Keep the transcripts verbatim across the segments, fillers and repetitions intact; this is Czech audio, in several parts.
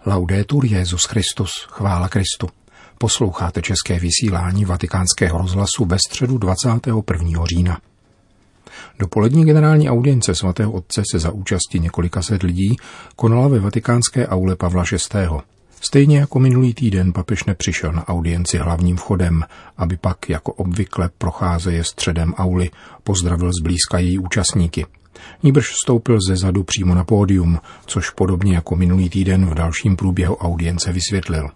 Laudetur Jesus Christus, chvála Kristu. Posloucháte české vysílání Vatikánského rozhlasu ve středu dvacátého prvního října. Dopolední generální audience svatého otce se za účasti několika set lidí konala ve vatikánské aule Pavla šestého. Stejně jako minulý týden papež nepřišel na audienci hlavním vchodem, aby pak, jako obvykle procházeje středem auly, pozdravil zblízka její účastníky. Nýbrž vstoupil ze zadu přímo na pódium, což podobně jako minulý týden v dalším průběhu audience vysvětlil.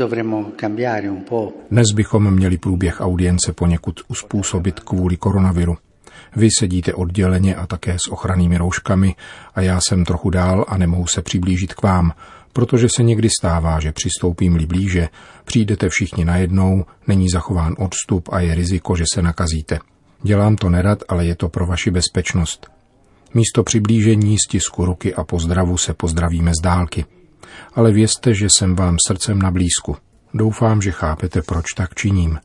Dnes bychom měli průběh audience poněkud uspůsobit kvůli koronaviru. Vy sedíte odděleně a také s ochrannými rouškami a já jsem trochu dál a nemohu se přiblížit k vám, protože se někdy stává, že přistoupím-li blíže, přijdete všichni najednou, není zachován odstup a je riziko, že se nakazíte. Dělám to nerad, ale je to pro vaši bezpečnost. Místo přiblížení, stisku ruky a pozdravu se pozdravíme z dálky. Ale vězte, že jsem vám srdcem na blízku. Doufám, že chápete, proč tak činím.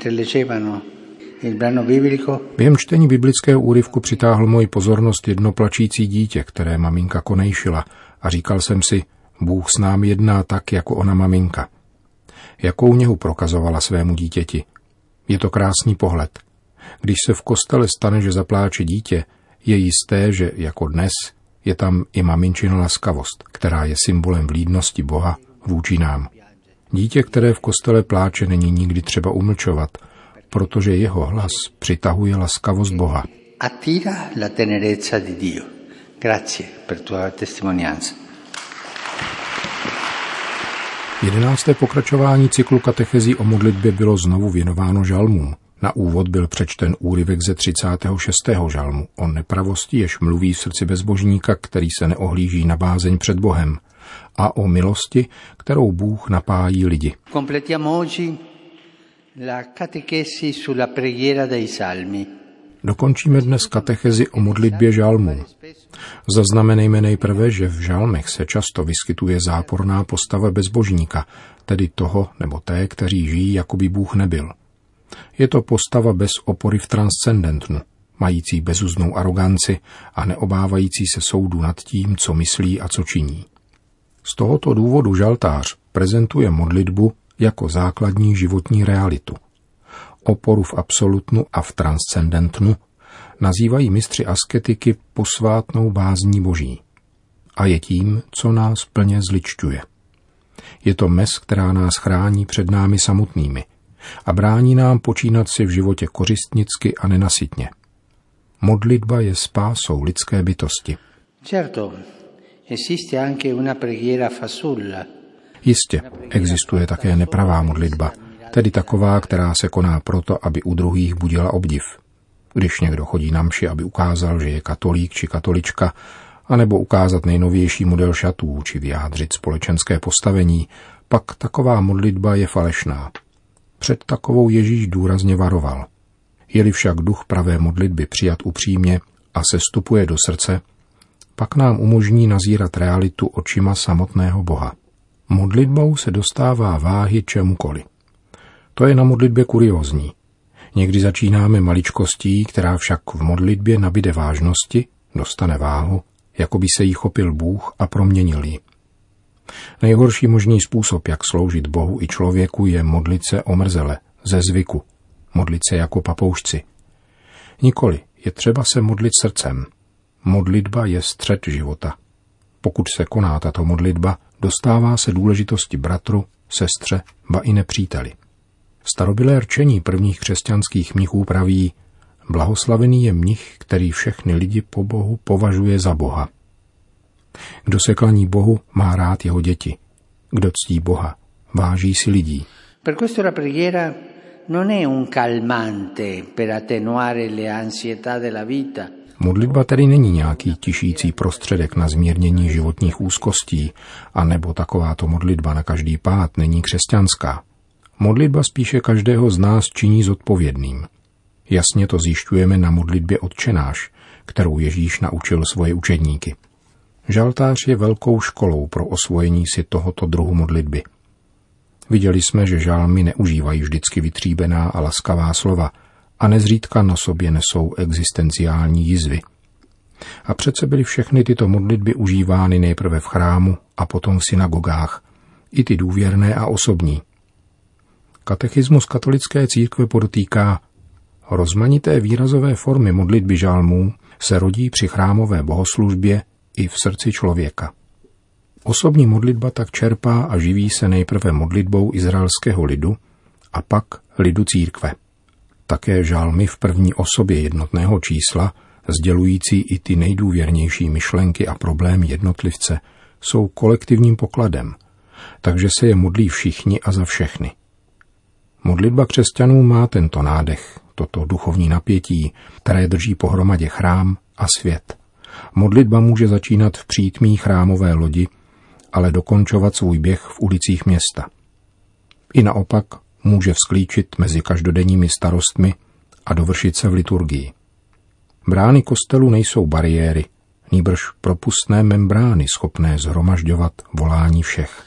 Během čtení biblického úryvku přitáhl moji pozornost jedno plačící dítě, které maminka konejšila, a říkal jsem si, Bůh s námi jedná tak, jako ona maminka. Jakou něhu prokazovala svému dítěti. Je to krásný pohled. Když se v kostele stane, že zapláče dítě, je jisté, že jako dnes je tam i maminčina laskavost, která je symbolem vlídnosti Boha vůči nám. Dítě, které v kostele pláče, není nikdy třeba umlčovat, protože jeho hlas přitahuje laskavost Boha. Attira la tenerezza di Dio. Grazie per tua testimonianza. Jedenácté pokračování cyklu katechezí o modlitbě bylo znovu věnováno žalmům. Na úvod byl přečten úryvek ze třicátého šestého žalmu o nepravosti, jež mluví v srdci bezbožníka, který se neohlíží na bázeň před Bohem, a o milosti, kterou Bůh napájí lidi. Completiamo oggi la catechesi sulla preghiera dei salmi. Dokončíme dnes katechezi o modlitbě žalmů. Zaznamenejme nejprve, že v žalmech se často vyskytuje záporná postava bezbožníka, tedy toho nebo té, kteří žijí, jako by Bůh nebyl. Je to postava bez opory v transcendentnu, mající bezuznou aroganci a neobávající se soudu nad tím, co myslí a co činí. Z tohoto důvodu žaltář prezentuje modlitbu jako základní životní realitu. Oporu v absolutnu a v transcendentnu nazývají mistři asketiky posvátnou bázní Boží. A je tím, co nás plně zličťuje. Je to mez, která nás chrání před námi samotnými a brání nám počínat si v životě kořistnicky a nenasytně. Modlitba je spásou lidské bytosti. Certo, esiste anche una preghiera fasulla. Jistě, existuje také nepravá modlitba, tedy taková, která se koná proto, aby u druhých budila obdiv. Když někdo chodí na mši, aby ukázal, že je katolík či katolička, anebo ukázat nejnovější model šatů či vyjádřit společenské postavení, pak taková modlitba je falešná. Před takovou Ježíš důrazně varoval. Je-li však duch pravé modlitby přijat upřímně a sestupuje do srdce, pak nám umožní nazírat realitu očima samotného Boha. Modlitbou se dostává váhy čemukoli. To je na modlitbě kuriózní. Někdy začínáme maličkostí, která však v modlitbě nabyde vážnosti, dostane váhu, jako by se jí chopil Bůh a proměnil ji. Nejhorší možný způsob, jak sloužit Bohu i člověku, je modlit se omrzele, ze zvyku, modlit se jako papoušci. Nikoli, je třeba se modlit srdcem. Modlitba je střed života. Pokud se koná tato modlitba, dostává se důležitosti bratru, sestře, ba i nepříteli. Starobylé rčení prvních křesťanských mnichů praví, blahoslavený je mnich, který všechny lidi po Bohu považuje za Boha. Kdo se klaní Bohu, má rád jeho děti. Kdo ctí Boha, váží si lidí. Per questo la preghiera non è un calmante per attenuare le ansietà della vita. Modlitba tedy není nějaký tišící prostředek na zmírnění životních úzkostí, a nebo takováto modlitba na každý pád není křesťanská. Modlitba spíše každého z nás činí zodpovědným. Jasně to zjišťujeme na modlitbě Otčenáš, kterou Ježíš naučil svoje učedníky. Žaltář je velkou školou pro osvojení si tohoto druhu modlitby. Viděli jsme, že žalmy neužívají vždycky vytříbená a laskavá slova a nezřídka na sobě nesou existenciální jizvy. A přece byly všechny tyto modlitby užívány nejprve v chrámu a potom v synagogách, i ty důvěrné a osobní. Katechismus katolické církve podotýká, rozmanité výrazové formy modlitby žalmů se rodí při chrámové bohoslužbě i v srdci člověka. Osobní modlitba tak čerpá a živí se nejprve modlitbou izraelského lidu a pak lidu církve. Také žalmy v první osobě jednotného čísla, sdělující i ty nejdůvěrnější myšlenky a problémy jednotlivce, jsou kolektivním pokladem, takže se je modlí všichni a za všechny. Modlitba křesťanů má tento nádech, toto duchovní napětí, které drží pohromadě chrám a svět. Modlitba může začínat v přítmí chrámové lodi, ale dokončovat svůj běh v ulicích města. I naopak může vzklíčit mezi každodenními starostmi a dovršit se v liturgii. Brány kostelu nejsou bariéry, nýbrž propustné membrány schopné zhromažďovat volání všech.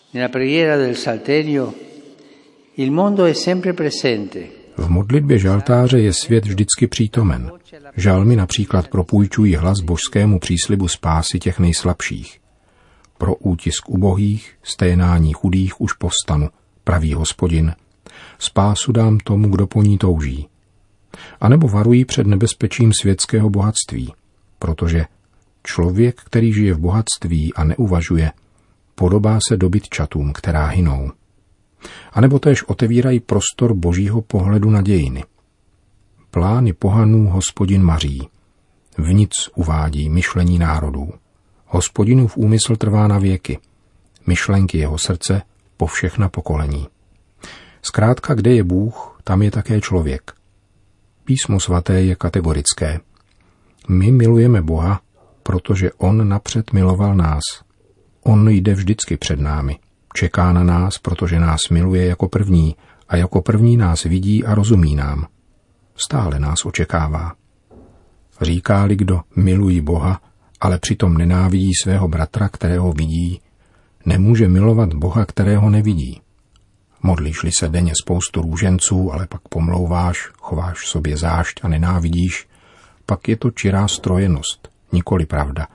V modlitbě žaltáře je svět vždycky přítomen. Žalmy například propůjčují hlas božskému příslibu spásy těch nejslabších. Pro útisk ubohých, sténání chudých už povstanu, praví Hospodin. Spásu dám tomu, kdo po ní touží. A nebo varují před nebezpečím světského bohatství, protože člověk, který žije v bohatství a neuvažuje, podobá se dobytčatům, která hynou. A nebo též otevírají prostor božího pohledu na dějiny. Plány pohanů Hospodin maří. Vnic uvádí myšlení národů. Hospodinův úmysl trvá na věky. Myšlenky jeho srdce po všechna pokolení. Zkrátka, kde je Bůh, tam je také člověk. Písmo svaté je kategorické. My milujeme Boha, protože on napřed miloval nás. On jde vždycky před námi. Čeká na nás, protože nás miluje jako první a jako první nás vidí a rozumí nám. Stále nás očekává. Říká-li kdo milují Boha, ale přitom nenávidí svého bratra, kterého vidí, nemůže milovat Boha, kterého nevidí. Modlíš-li se denně spoustu růženců, ale pak pomlouváš, chováš sobě zášť a nenávidíš, pak je to čirá strojenost, nikoli pravda.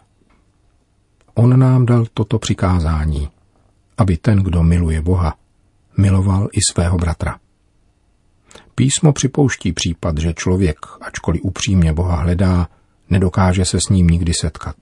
On nám dal toto přikázání, aby ten, kdo miluje Boha, miloval i svého bratra. Písmo připouští případ, že člověk, ačkoliv upřímně Boha hledá, nedokáže se s ním nikdy setkat.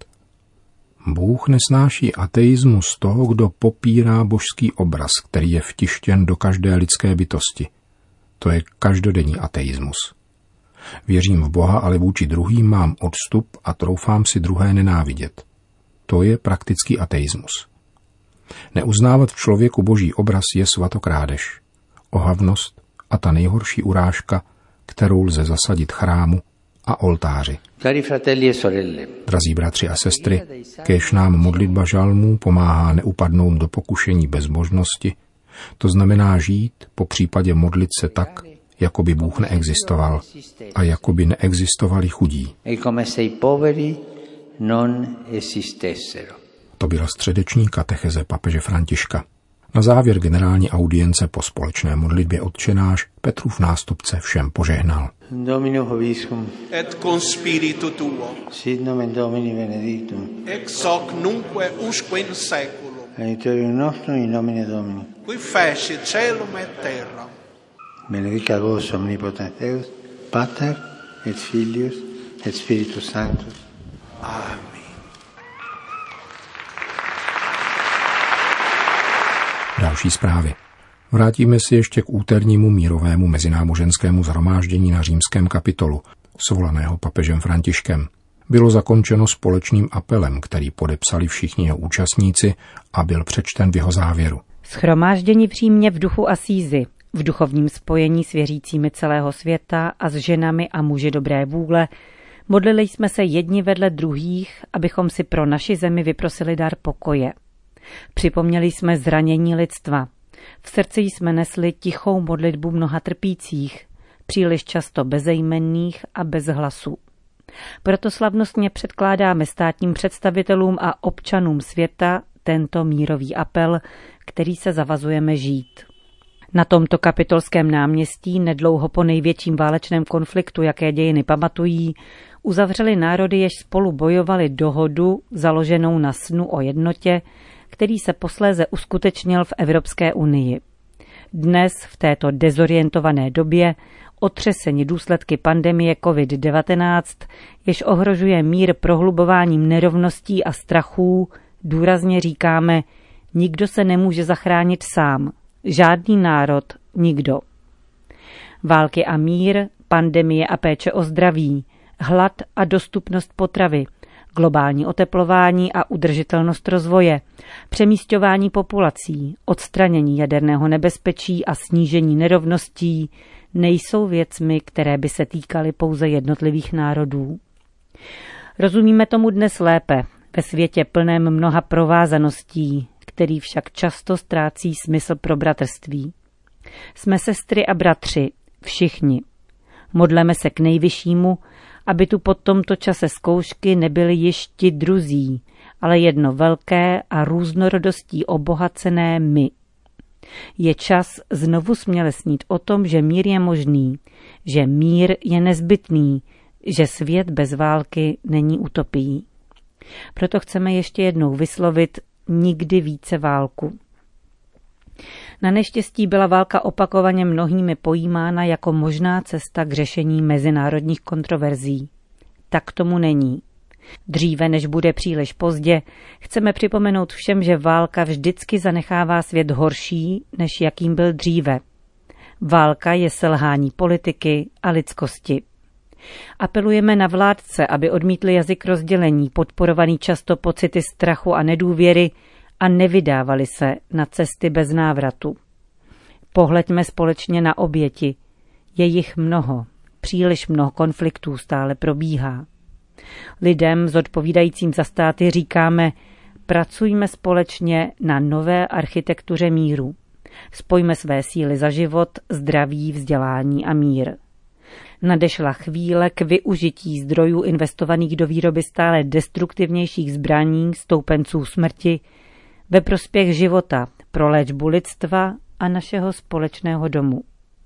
Bůh nesnáší ateismus toho, kdo popírá božský obraz, který je vtištěn do každé lidské bytosti. To je každodenní ateismus. Věřím v Boha, ale vůči druhým mám odstup a troufám si druhé nenávidět. To je praktický ateismus. Neuznávat v člověku boží obraz je svatokrádež, ohavnost a ta nejhorší urážka, kterou lze zasadit chrámu a oltáři. Drazí bratři a sestry, kéž nám modlitba žalmů pomáhá neupadnout do pokušení bezbožnosti, to znamená žít, po případě modlit se tak, jako by Bůh neexistoval a jako by neexistovali chudí. To byla středeční katecheze papeže Františka. Na závěr generální audience po společné modlitbě Otčenáš Petrův nástupce všem požehnal. Domino vobiscum et cum spiritu tuo. Sit nomen Domini benedictum. Ex hoc nunque usque in saeculum. Aiuterium nostrum in nomine Domini. Qui feci caelum et terra. Benedicat vos omnipotens Deus, Pater et Filius et Spiritus Sanctus. Amen. Další zprávy. Vrátíme se ještě k úternímu mírovému mezináboženskému shromáždění na římském kapitolu, svolaného papežem Františkem. Bylo zakončeno společným apelem, který podepsali všichni jeho účastníci a byl přečten v jeho závěru. Shromáždění v Římě v duchu asízy, v duchovním spojení s věřícími celého světa a s ženami a muži dobré vůle, modlili jsme se jedni vedle druhých, abychom si pro naši zemi vyprosili dar pokoje. Připomněli jsme zranění lidstva. V srdci jsme nesli tichou modlitbu mnoha trpících, příliš často bezejmenných a bez hlasu. Proto slavnostně předkládáme státním představitelům a občanům světa tento mírový apel, který se zavazujeme žít. Na tomto kapitolském náměstí, nedlouho po největším válečném konfliktu, jaké dějiny pamatují, uzavřeli národy, jež spolu bojovali dohodu založenou na snu o jednotě, který se posléze uskutečnil v Evropské unii. Dnes v této dezorientované době, otřeseni důsledky pandemie covid devatenáct, jež ohrožuje mír prohlubováním nerovností a strachů, důrazně říkáme, nikdo se nemůže zachránit sám, žádný národ, nikdo. Války a mír, pandemie a péče o zdraví, hlad a dostupnost potravy, globální oteplování a udržitelnost rozvoje, přemísťování populací, odstranění jaderného nebezpečí a snížení nerovností nejsou věcmi, které by se týkaly pouze jednotlivých národů. Rozumíme tomu dnes lépe, ve světě plném mnoha provázaností, který však často ztrácí smysl pro bratrství. Jsme sestry a bratři, všichni. Modleme se k nejvyššímu, aby tu po tomto čase zkoušky nebyli již ti druzí, ale jedno velké a různorodostí obohacené my. Je čas znovu směle snít o tom, že mír je možný, že mír je nezbytný, že svět bez války není utopií. Proto chceme ještě jednou vyslovit nikdy více válku. Na neštěstí byla válka opakovaně mnohými pojímána jako možná cesta k řešení mezinárodních kontroverzí. Tak tomu není. Dříve, než bude příliš pozdě, chceme připomenout všem, že válka vždycky zanechává svět horší, než jakým byl dříve. Válka je selhání politiky a lidskosti. Apelujeme na vládce, aby odmítli jazyk rozdělení, podporovaný často pocity strachu a nedůvěry, a nevydávali se na cesty bez návratu. Pohleďme společně na oběti. Je jich mnoho, příliš mnoho konfliktů stále probíhá. Lidem zodpovídajícím za státy říkáme, pracujme společně na nové architektuře míru. Spojme své síly za život, zdraví, vzdělání a mír. Nadešla chvíle k využití zdrojů investovaných do výroby stále destruktivnějších zbraní, stoupenců smrti, ve prospěch života, pro léčbu lidstva a našeho společného domu.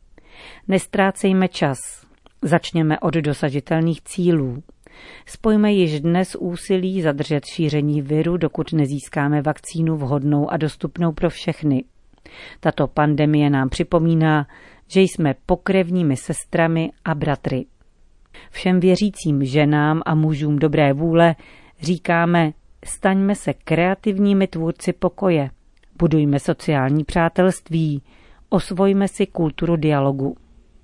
Nestrácejme čas, začněme od dosažitelných cílů. Spojme již dnes úsilí zadržet šíření viru, dokud nezískáme vakcínu vhodnou a dostupnou pro všechny. Tato pandemie nám připomíná, že jsme pokrevními sestrami a bratry. Všem věřícím ženám a mužům dobré vůle říkáme, staňme se kreativními tvůrci pokoje, budujme sociální přátelství, osvojme si kulturu dialogu.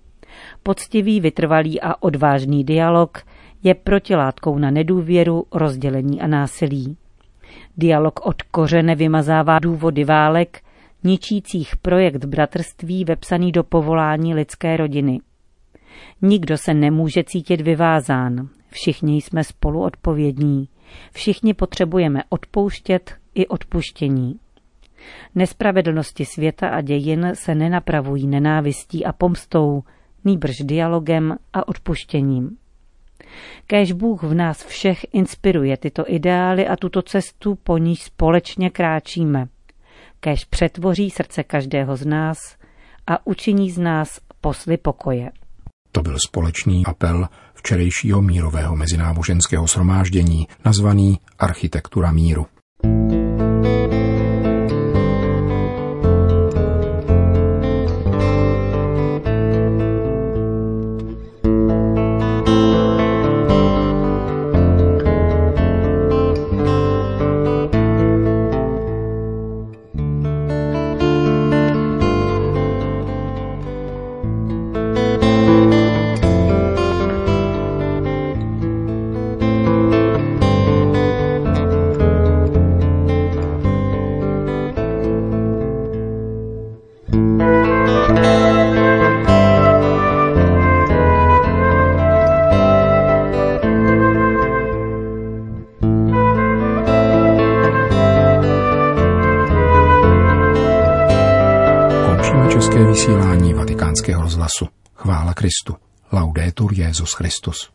Poctivý, vytrvalý a odvážný dialog je protilátkou na nedůvěru, rozdělení a násilí. Dialog od kořene vymazává důvody válek, ničících projekt bratrství vepsaný do povolání lidské rodiny. Nikdo se nemůže cítit vyvázán, všichni jsme spolu odpovědní, všichni potřebujeme odpouštět i odpuštění. Nespravedlnosti světa a dějin se nenapravují nenávistí a pomstou, nýbrž dialogem a odpuštěním. Kéž Bůh v nás všech inspiruje tyto ideály a tuto cestu, po níž společně kráčíme. Kéž přetvoří srdce každého z nás a učiní z nás posly pokoje. To byl společný apel včerejšího mírového mezináboženského shromáždění nazvaný Architektura míru. České vysílání Vatikánského rozhlasu. Chvála Kristu. Laudetur Jesus Christus.